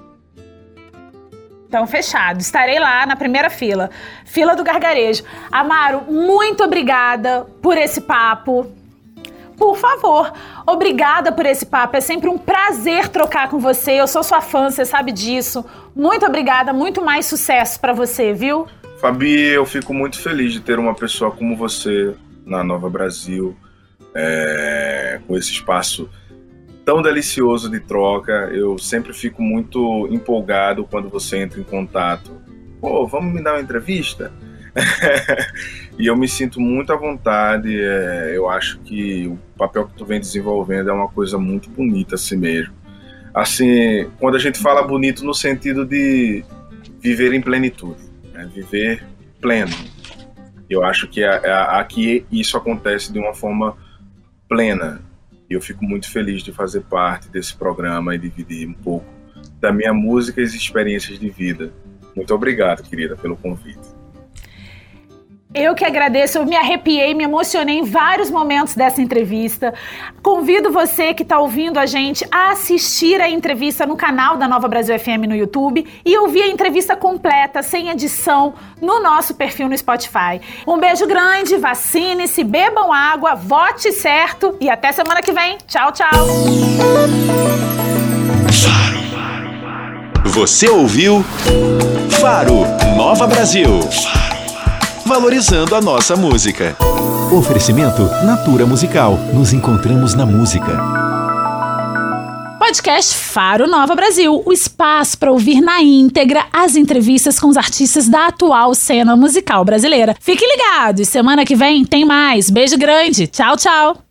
Então, fechado. Estarei lá na primeira fila. Fila do Gargarejo. Amaro, muito obrigada por esse papo. Por favor, obrigada por esse papo, é sempre um prazer trocar com você, eu sou sua fã, você sabe disso. Muito obrigada, muito mais sucesso pra você, viu? Fabi, eu fico muito feliz de ter uma pessoa como você na Nova Brasil, é, com esse espaço tão delicioso de troca. Eu sempre fico muito empolgado quando você entra em contato. Pô, vamos me dar uma entrevista? E eu me sinto muito à vontade. É, eu acho que o papel que tu vem desenvolvendo é uma coisa muito bonita assim mesmo. Assim, quando a gente fala bonito no sentido de viver em plenitude, né? Viver pleno. Eu acho que a, a, aqui isso acontece de uma forma plena. E eu fico muito feliz de fazer parte desse programa e dividir um pouco da minha música e as experiências de vida. Muito obrigado, querida, pelo convite. Eu que agradeço, eu me arrepiei, me emocionei em vários momentos dessa entrevista. Convido você que está ouvindo a gente a assistir a entrevista no canal da Nova Brasil F M no YouTube e ouvir a entrevista completa, sem edição, no nosso perfil no Spotify. Um beijo grande, vacine-se, bebam água, vote certo e até semana que vem. Tchau, tchau. Você ouviu Faro Nova Brasil. Valorizando a nossa música. Oferecimento Natura Musical. Nos encontramos na música. Podcast Faro Nova Brasil, o espaço para ouvir na íntegra as entrevistas com os artistas da atual cena musical brasileira. Fique ligado, e semana que vem tem mais. Beijo grande. Tchau, tchau.